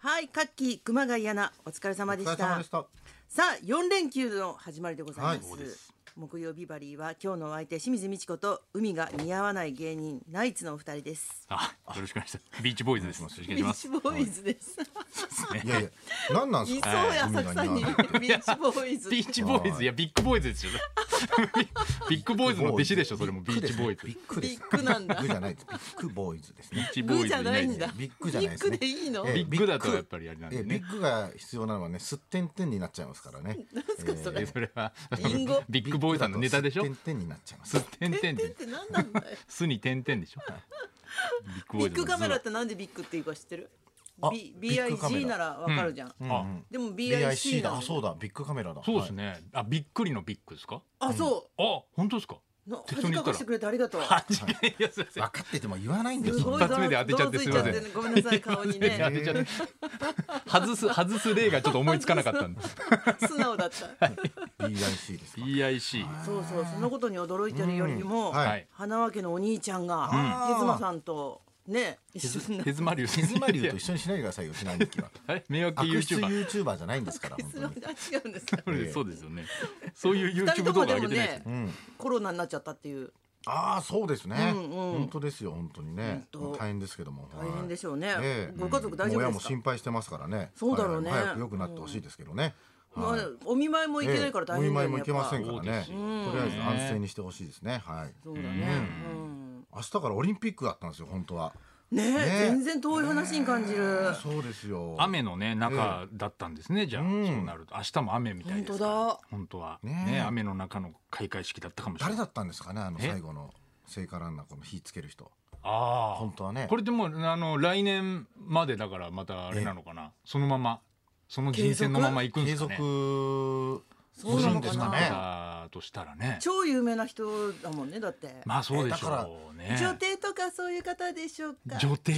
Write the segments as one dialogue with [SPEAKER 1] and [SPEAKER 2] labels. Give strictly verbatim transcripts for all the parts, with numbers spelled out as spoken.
[SPEAKER 1] はい、カッキー熊谷アナお疲れ様でした。
[SPEAKER 2] お疲れ様でした。
[SPEAKER 1] さあよん連休の始まりでございます、
[SPEAKER 2] はい、
[SPEAKER 1] 木曜日バリーは今日のお相手清水美智子と海が似合わない芸人ナイツのお二人です。
[SPEAKER 3] あ、よろしくお願いします。ビーチボーイズです。よろしくお願いします。
[SPEAKER 1] ビーチボーイズです。
[SPEAKER 2] いやいや、なんなんですか。
[SPEAKER 1] いそうや浅草にビーチボーイズ。
[SPEAKER 3] ビーチボーイズ、いやビッグボーイズですよ。ビッグボーイズの弟子でしょ、それもビーチボーイズ。
[SPEAKER 2] ビッグです。
[SPEAKER 1] ビッグなんだ。
[SPEAKER 2] ビッグじゃないです。ビッグボーイズですね。
[SPEAKER 3] ビーチボーイズ
[SPEAKER 1] じゃないんだ。
[SPEAKER 2] ビッグじゃないですね。
[SPEAKER 1] ビッグでいいの。
[SPEAKER 3] ビッグだとやっぱりあれなんでね。
[SPEAKER 2] ビッグが必要なのはね、すってんてんになっちゃいますからね。
[SPEAKER 1] なんですかそれ。
[SPEAKER 3] それは
[SPEAKER 1] リンゴ。
[SPEAKER 3] ビッグボーイズのネタでしょ。
[SPEAKER 2] すってんてんになっちゃいます。
[SPEAKER 3] すってんてん
[SPEAKER 1] って何なんだよ。
[SPEAKER 3] すに点々でしょ。
[SPEAKER 1] ビッグカメラってなんでビッグっていうか知ってる？B、ビーアイジー ならわかるじゃん。でも ビーアイシー だ。
[SPEAKER 2] あ、そうだ、ビッグカメラだ。
[SPEAKER 3] そうですね。あ、びっくりのビッグですか？
[SPEAKER 1] あ、そう。
[SPEAKER 3] あ、本当ですか？
[SPEAKER 1] 恥かかしてくれてありがとう。
[SPEAKER 3] いや、すいません。
[SPEAKER 2] 分かってても言わないんですよ。
[SPEAKER 3] 一発目で当てちゃってすいません。
[SPEAKER 1] ごめんなさい、顔にね。
[SPEAKER 3] 当てちゃって。外す外す例がちょっと思いつかなかったんで。
[SPEAKER 1] 素直だった。
[SPEAKER 2] ビーアイシー ですか。
[SPEAKER 3] ビーアイシー。
[SPEAKER 1] そうそう、そのことに驚いてるよりも、花輪家のお兄ちゃんがヘズマさんとね、
[SPEAKER 3] 一緒にヘズマリュウ、
[SPEAKER 2] ヘズマリュウと一緒にしないでくださいよ、しない時は。
[SPEAKER 3] あれ、迷惑 YouTuber。
[SPEAKER 2] 悪質 YouTuber じゃないんですから。
[SPEAKER 1] 違うんですか。
[SPEAKER 3] そうですよね。そういう YouTube 動画上げてない。
[SPEAKER 1] コロナになっちゃったっていう。
[SPEAKER 2] ああ、そうですね。本当ですよ、本当にね。大変ですけども。
[SPEAKER 1] 大変でしょうね。ご家族大丈夫ですか？
[SPEAKER 2] 親も心配してますからね。
[SPEAKER 1] そうだろうね。
[SPEAKER 2] 早く良くなってほしいですけどね。
[SPEAKER 1] お見舞いも行けないから大変だよね。
[SPEAKER 2] お見舞いも行けませんからね。とりあえず安静にしてほしいですね。はい。
[SPEAKER 1] そうだね。
[SPEAKER 2] 明日からオリンピックだったんですよ、本当は。
[SPEAKER 1] ねえ、全然遠い話に感じる。
[SPEAKER 2] そうですよ。
[SPEAKER 3] 雨のね中だったんですね。じゃあそうなると明日も雨みたいです。
[SPEAKER 1] 本当だ。
[SPEAKER 3] 本当はね、雨の中の開会式だったかもしれない。
[SPEAKER 2] 誰だったんですかね、あの最後の聖火ランナー、この火つける人。
[SPEAKER 3] ああ、
[SPEAKER 2] 本当はね。
[SPEAKER 3] これでもあの来年までだからまたあれなのかな。そのままその人選のまま行くんですかね。
[SPEAKER 2] 継続
[SPEAKER 1] そうなのかな。
[SPEAKER 3] だとしたらね。
[SPEAKER 1] 超有名な人だもんね、だって。
[SPEAKER 3] まあそうでしょうね。
[SPEAKER 1] 女帝とかそういう方でしょうか。
[SPEAKER 3] 女帝。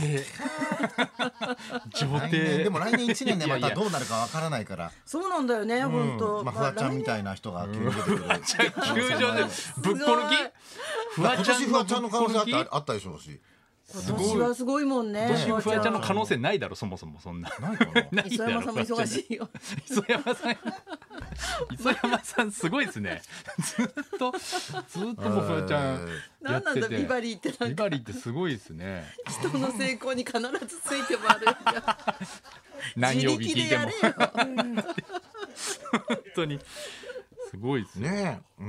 [SPEAKER 3] 女帝。
[SPEAKER 2] でも来年いちねんでまたどうなるかわからないから。
[SPEAKER 1] そうなんだよね、本当。
[SPEAKER 2] まあフワちゃんみたいな人が急に出てくる。
[SPEAKER 3] フワちゃん球場でぶっこ抜き。
[SPEAKER 2] フワちゃんフワちゃんの可能性あったあったでしょうし。
[SPEAKER 1] 今年はすごいもんね。
[SPEAKER 3] 今年フワちゃんの可能性ないだろ、そもそもそんな。
[SPEAKER 2] ないかな。
[SPEAKER 1] 磯山さんも忙しいよ。
[SPEAKER 3] 磯山さん。磯山さんすごいですね。ずっとずっともうフワちゃんやってて。
[SPEAKER 1] なんなんだビバリーってなんか。
[SPEAKER 3] ビバリーってすごいですね。
[SPEAKER 1] 人の成功に必ずついて回る。
[SPEAKER 3] 何曜日聞いても。本当にすごいです
[SPEAKER 2] ね。うん。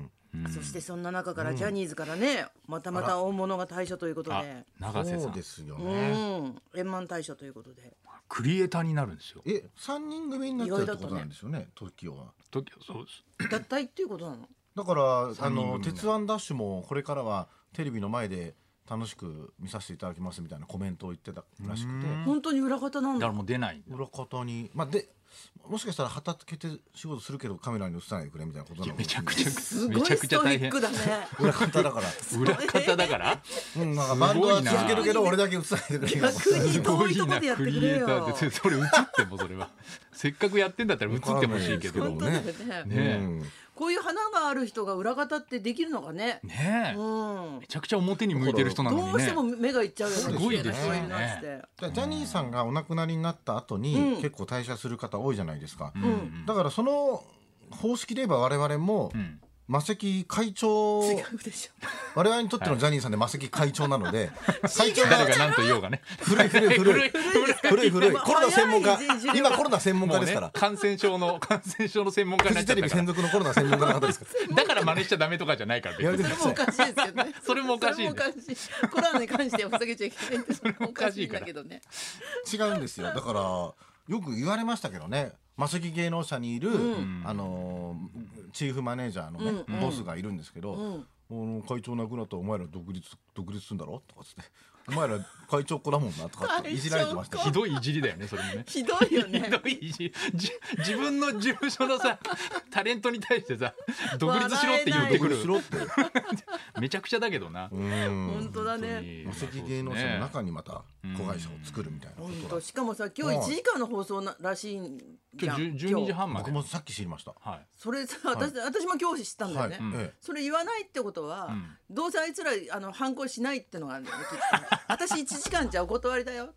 [SPEAKER 1] そしてそんな中からジャニーズからね、またまた大物が退所ということで、
[SPEAKER 3] 永瀬さん。
[SPEAKER 2] そうですよね。
[SPEAKER 1] 円満退所ということで、
[SPEAKER 3] クリエイターになるんですよ。
[SPEAKER 2] え、三人組になっちゃうってことなんですよね、トキオは。
[SPEAKER 3] トキオ、そうです。
[SPEAKER 1] 脱退っていうことなの？
[SPEAKER 2] だからあの鉄腕ダッシュもこれからはテレビの前で楽しく見させていただきますみたいなコメントを言ってたらしくて、
[SPEAKER 1] 本当に裏方なんだ。
[SPEAKER 3] だからもう出ない。
[SPEAKER 2] 裏方に、まあで。もしかしたら畑けて仕事するけどカメラに映さないでくれみたいなことなの。
[SPEAKER 3] めちゃくちゃ
[SPEAKER 1] すごいストイックだね。
[SPEAKER 2] 裏方だから。
[SPEAKER 3] 裏方だから。
[SPEAKER 2] うん、なんかバンドは続けるけど俺だけ映さないでくれ。
[SPEAKER 1] 逆に遠いとこでやってくれよ。
[SPEAKER 3] それ映ってもそれは。せっかくやってんだったら映ってほしいけど
[SPEAKER 1] ね。
[SPEAKER 3] ね。
[SPEAKER 1] こういう花がある人が裏方ってできるのかね。
[SPEAKER 3] ねえ。めちゃくちゃ表に向いてる人なのにね。
[SPEAKER 1] どうしても目がいっちゃうよね。
[SPEAKER 3] すごいですよね。
[SPEAKER 2] ジャニーさんがお亡くなりになった後に結構退社する方多いじゃないですか。だからその方式で言えば我々もマセキ会長、我々にとってのジャニーさんでマセキ会長なので、
[SPEAKER 3] 会長誰が何と言おうがね、
[SPEAKER 2] 古い古い古い古い古いコロナ専門家、今コロナ専門家ですから、
[SPEAKER 3] 感染症の感染症の専門家になっちゃったから、
[SPEAKER 2] フジテレビ専属のコロナ専門家の方ですから、
[SPEAKER 3] だから真似しちゃダメとかじゃないから。
[SPEAKER 1] それもおかしいですよね。
[SPEAKER 3] それもおかしい。
[SPEAKER 1] コロナに関してはふざけちゃいけないってそれもおかしいんだけどね。
[SPEAKER 2] 違うんですよ。だからよく言われましたけどね。マセキ芸能社にいる、うん、あのチーフマネージャーのね、うん、ボスがいるんですけど、うん、会長亡くなったらお前ら独立独立するんだろとかつってお前ら会長っ子だもんなとかっていじられてました。
[SPEAKER 3] ひどいいじりだよね、それもね。
[SPEAKER 1] ひどいよね。
[SPEAKER 3] ひどいいじり。自分の事務所のさタレントに対してさ独立しろって言ってくる。めちゃくちゃだけどな。
[SPEAKER 1] 本当だね。
[SPEAKER 2] マセキ芸能社の中にまた子会社を作るみたいなことが。
[SPEAKER 1] しかもさ今日いちじかんの放送らしいんじゃん。
[SPEAKER 3] じゅうにじはんまで。
[SPEAKER 2] 僕もさっき知りました。
[SPEAKER 1] それさ私私も今日知ったんだよね。それ言わないってことはどうせあいつらあの反抗しないってのがあるんだよね。私いちじかんじゃお断りだよ。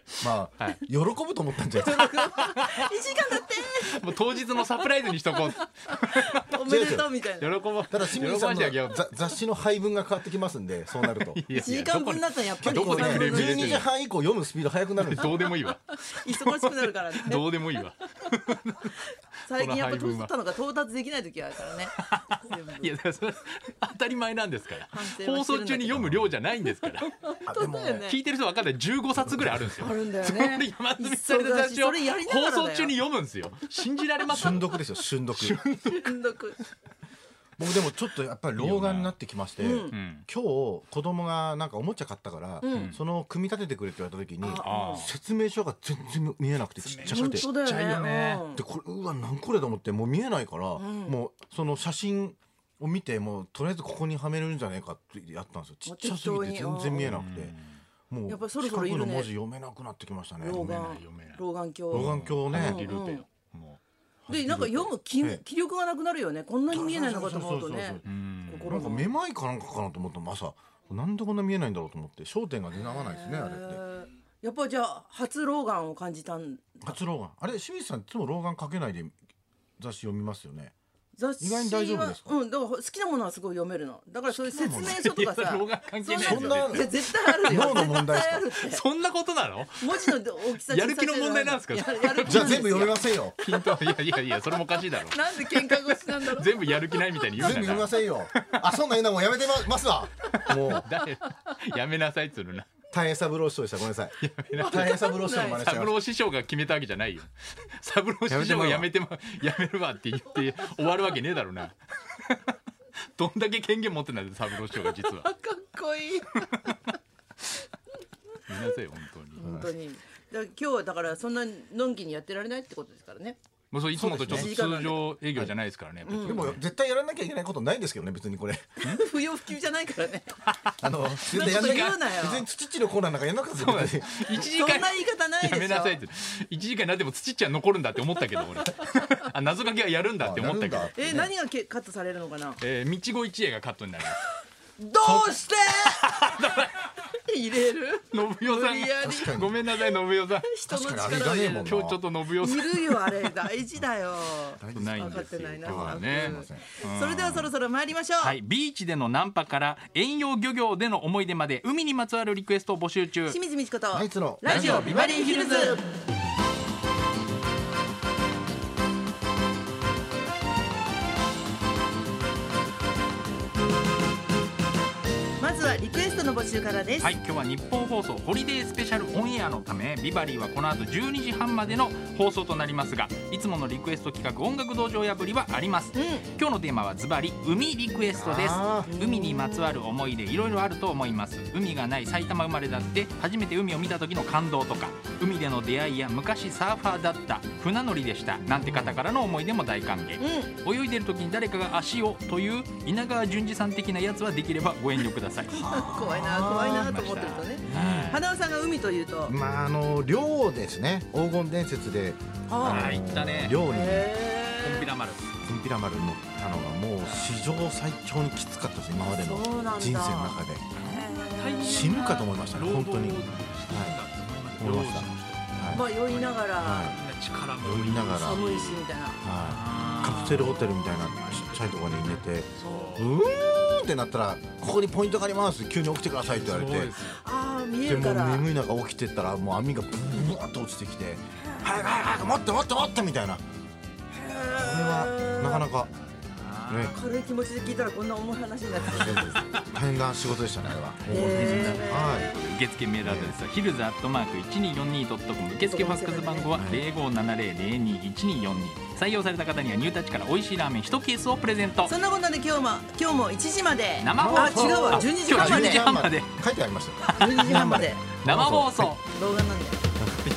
[SPEAKER 2] まあ、はい、喜ぶと思ったんじゃないですか。
[SPEAKER 1] いちじかんだって
[SPEAKER 3] もう当日のサプライズにしとこう
[SPEAKER 1] おめでとうみたいな。
[SPEAKER 3] 喜ぼう。
[SPEAKER 2] ただ清水さんの雑誌の配分が変わってきますんで、そうなると
[SPEAKER 1] いちじかんぶんだったらやっぱり
[SPEAKER 2] 結構ねじゅうにじはん以降読むスピード速くなるんです。
[SPEAKER 3] どうでもいいわ
[SPEAKER 1] 忙しくなるからね。
[SPEAKER 3] どうでもいいわ
[SPEAKER 1] 最近やっぱ取ったのが到達できない時あるからね。
[SPEAKER 3] いやだからそれ当たり前なんですから。放送中に読む量じゃないんですから。
[SPEAKER 1] でも
[SPEAKER 3] 聞いてる人分かんないじゅうごさつぐらいあるんですよ。
[SPEAKER 1] あるんだよね。
[SPEAKER 3] 山積みされた雑誌を放送中に読むんですよ。信じられます？
[SPEAKER 2] 瞬読ですよ、瞬読。
[SPEAKER 1] 瞬読。
[SPEAKER 2] 僕でもちょっとやっぱり老眼になってきまして、今日子供がなんかおもちゃ買ったから、その組み立ててくれって言われた時に説明書が全然見えなくて、ちっちゃくてちっ
[SPEAKER 1] ちゃいよね。
[SPEAKER 2] でこれうわ何これと思って、もう見えないから、もうその写真を見て、もうとりあえずここにはめれるんじゃないかってやったんですよ。ちっちゃすぎて全然見えなくて、もう
[SPEAKER 1] やっぱそろそろいるね。
[SPEAKER 2] 近くの文字読めなくなってきましたね。
[SPEAKER 1] 老眼老眼鏡
[SPEAKER 2] 老眼鏡ね。
[SPEAKER 1] でなんか読む気気力がなくなるよね。こんなに見えないのかと思うとね。
[SPEAKER 2] なんかめまいかなんかかなと思ったの、朝なんでこんな見えないんだろうと思って、焦点が出なわないですね、あれって。
[SPEAKER 1] やっぱじゃあ初老眼を感じたん。
[SPEAKER 2] 初老眼、あれ清水さんいつも老眼かけないで雑誌読みますよね。
[SPEAKER 1] 雑誌は意外に大丈夫ですか？うん、だから好きなものはすごい読めるの。だからそういう説明書とかさ、
[SPEAKER 3] 老眼関係ない
[SPEAKER 2] そんな、
[SPEAKER 1] いや絶対あるよ。
[SPEAKER 2] 脳の問題ですか？
[SPEAKER 3] そんなことなの？
[SPEAKER 1] 文字の大きさ
[SPEAKER 3] やる気の問題なんですか？
[SPEAKER 2] じゃあ全部読めませんよ。
[SPEAKER 3] ヒント、いやいやいや、それもおかしいだろ。
[SPEAKER 1] なんで喧嘩腰なんだろう。
[SPEAKER 3] 全部やる気ないみたいに言う
[SPEAKER 2] 全部読みませんよ。あ、そんなん言うのもうやめてますわ。もう
[SPEAKER 3] やめなさいっつうのな。
[SPEAKER 2] 大変三郎師匠でした。ごめんなさい。大変三郎師匠の真似しちゃいました。
[SPEAKER 3] 三郎師匠が決めたわけじゃないよ。三郎師匠がやめてもやめるわって言って終わるわけねえだろうな。どんだけ権限持ってないんだ三郎師匠が実は。
[SPEAKER 1] かっこいい。
[SPEAKER 3] 見なさいよ本当に。
[SPEAKER 1] 本当に。だ今日はだからそんなのんきにやってられないってことですからね。
[SPEAKER 3] もうそういつもとちょっと通常営業じゃないですからね。
[SPEAKER 2] でも絶対やらなきゃいけないことないんですけどね、別にこれ。
[SPEAKER 1] 不要不急じゃないからね。
[SPEAKER 2] あの絶対やらなきゃ。別に土っちのコーナーなんかやらなかったですよ。
[SPEAKER 3] 一時間
[SPEAKER 1] そんな言い方ないでしょ。
[SPEAKER 3] やめなさいって。一時間になっても土っちは残るんだって思ったけど俺。あ、謎かけはやるんだって思ったけど。
[SPEAKER 1] え、何がけカットされるのかな。
[SPEAKER 3] えー、道子一会がカットになります。
[SPEAKER 1] どうして入れる
[SPEAKER 3] 信代さんごめんなさい信代さん
[SPEAKER 1] 人の力を入れる
[SPEAKER 3] 今日ちょっと信代さん
[SPEAKER 1] いるよあれ大事だよ
[SPEAKER 3] ないんですよ今日はね。
[SPEAKER 1] それではそろそろ参りましょう。
[SPEAKER 3] はい、ビーチでのナンパから遠洋漁業での思い出まで海にまつわるリクエストを募集中。
[SPEAKER 1] 清水美智子と
[SPEAKER 2] ナイツの
[SPEAKER 1] ラジオビバリーヒルズ。リクエストの募集からです。
[SPEAKER 3] はい、今日は日本放送ホリデースペシャルオンエアのためビバリーはこの後じゅうにじはんまでの放送となりますが、いつものリクエスト企画音楽道場破りはあります、うん、今日のテーマはズバリ海リクエストです。海にまつわる思い出いろいろあると思います。海がない埼玉生まれだって初めて海を見た時の感動とか、海での出会いや昔サーファーだった船乗りでしたなんて方からの思い出も大歓迎、うん、泳いでる時に誰かが足をという稲川淳二さん的なやつはできればご遠慮ください。
[SPEAKER 1] 怖いな怖いなと思ってるとね。花尾さんが海というと、
[SPEAKER 2] まああの漁ですね。黄金伝説で
[SPEAKER 3] ああ行ったね。
[SPEAKER 2] 漁にコ
[SPEAKER 3] ンピラ丸
[SPEAKER 2] コンピラ丸乗ったのがもう史上最長にきつかったです今までの人生の中で。死ぬかと思いましたね本当に。はい、思いました。
[SPEAKER 1] まあ酔いながら、
[SPEAKER 3] 力も
[SPEAKER 2] 酔いながら
[SPEAKER 1] 寒いしみたいな。
[SPEAKER 2] カプセルホテルみたいなちっちゃいところに寝て、うーんってなったらここにポイントがあります急に起きてくださいって言われて、
[SPEAKER 1] ああ見えるから。
[SPEAKER 2] でも眠い中起きてったらもう網がブワーッと落ちてきて、早く早く持って持って持ってみたいな。これはなかなかね、
[SPEAKER 1] 軽い気持ちで聞いたらこんな重い話になって
[SPEAKER 2] 大変な仕事でしたねあれは。
[SPEAKER 3] はい、受付メールアドレスはヒルズアットマーク いちにーよんにードットコム、 受付ファックス番号は ゼロごーななゼロゼロにーいちにーよんにー。採用された方にはニュータッチから美味しいラーメンいちケースをプレゼント。
[SPEAKER 1] そんなことで今日も今日もいちじまで
[SPEAKER 3] 生放送。
[SPEAKER 1] あ違うわじゅうにじはんまで
[SPEAKER 2] 書いてありました
[SPEAKER 1] じゅうにじはんまで
[SPEAKER 3] 生放送。
[SPEAKER 1] 老眼なんで